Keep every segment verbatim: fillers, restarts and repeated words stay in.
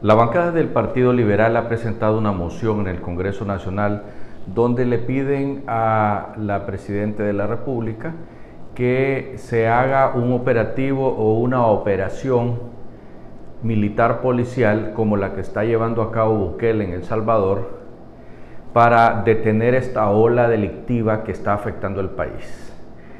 La bancada del Partido Liberal ha presentado una moción en el Congreso Nacional donde le piden a la Presidenta de la República que se haga un operativo o una operación militar policial como la que está llevando a cabo Bukele en El Salvador para detener esta ola delictiva que está afectando el país.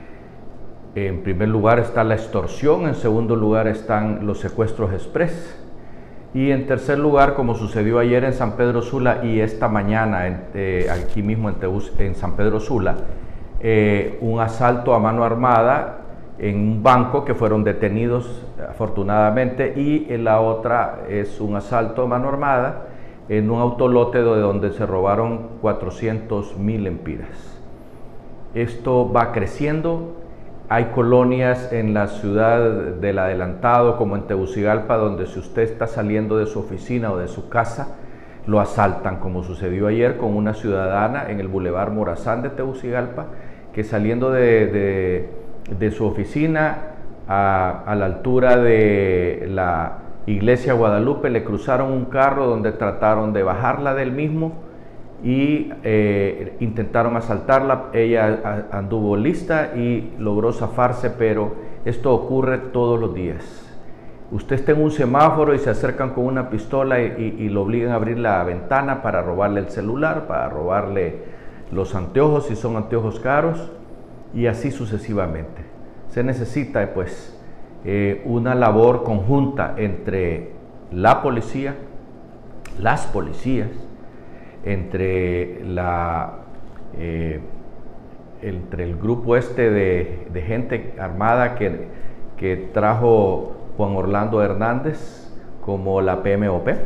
En primer lugar está la extorsión, en segundo lugar están los secuestros express y en tercer lugar, como sucedió ayer en San Pedro Sula y esta mañana en, eh, aquí mismo en, Teus, en San Pedro Sula, eh, un asalto a mano armada en un banco que fueron detenidos afortunadamente, y en la otra es un asalto a mano armada en un autolote de donde se robaron cuatrocientos mil lempiras. Esto va creciendo. Hay colonias en la ciudad del Adelantado, como en Tegucigalpa, donde si usted está saliendo de su oficina o de su casa, lo asaltan, como sucedió ayer con una ciudadana en el Boulevard Morazán de Tegucigalpa, que saliendo de, de, de su oficina a, a la altura de la Iglesia Guadalupe, le cruzaron un carro donde trataron de bajarla del mismo y eh, intentaron asaltarla. Ella anduvo lista y logró zafarse, pero esto ocurre todos los días. Usted está en un semáforo y se acercan con una pistola y, y, y lo obligan a abrir la ventana para robarle el celular, para robarle los anteojos si son anteojos caros, y así sucesivamente. Se necesita pues eh, una labor conjunta entre la policía, las policías, entre, la, eh, entre el grupo este de, de gente armada que, que trajo Juan Orlando Hernández, como la P M O P,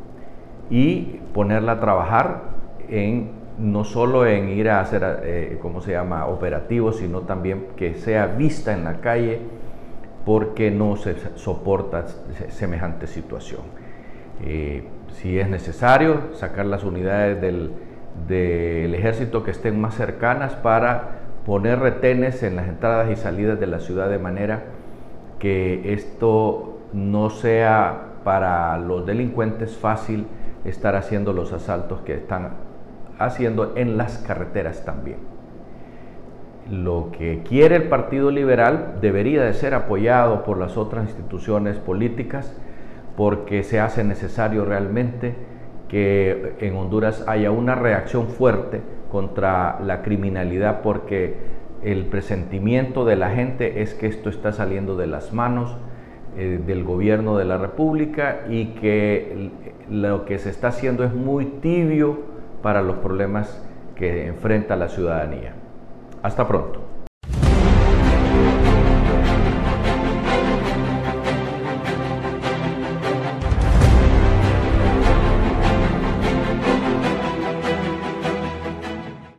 y ponerla a trabajar en, no solo en ir a hacer, eh, ¿cómo se llama?, operativos, sino también que sea vista en la calle, porque no se soporta semejante situación. Eh, si es necesario, sacar las unidades del, del ejército que estén más cercanas para poner retenes en las entradas y salidas de la ciudad, de manera que esto no sea para los delincuentes fácil estar haciendo los asaltos que están haciendo en las carreteras también. Lo que quiere el Partido Liberal debería de ser apoyado por las otras instituciones políticas, porque se hace necesario realmente que en Honduras haya una reacción fuerte contra la criminalidad, porque el presentimiento de la gente es que esto está saliendo de las manos eh, del gobierno de la República, y que lo que se está haciendo es muy tibio para los problemas que enfrenta la ciudadanía. Hasta pronto.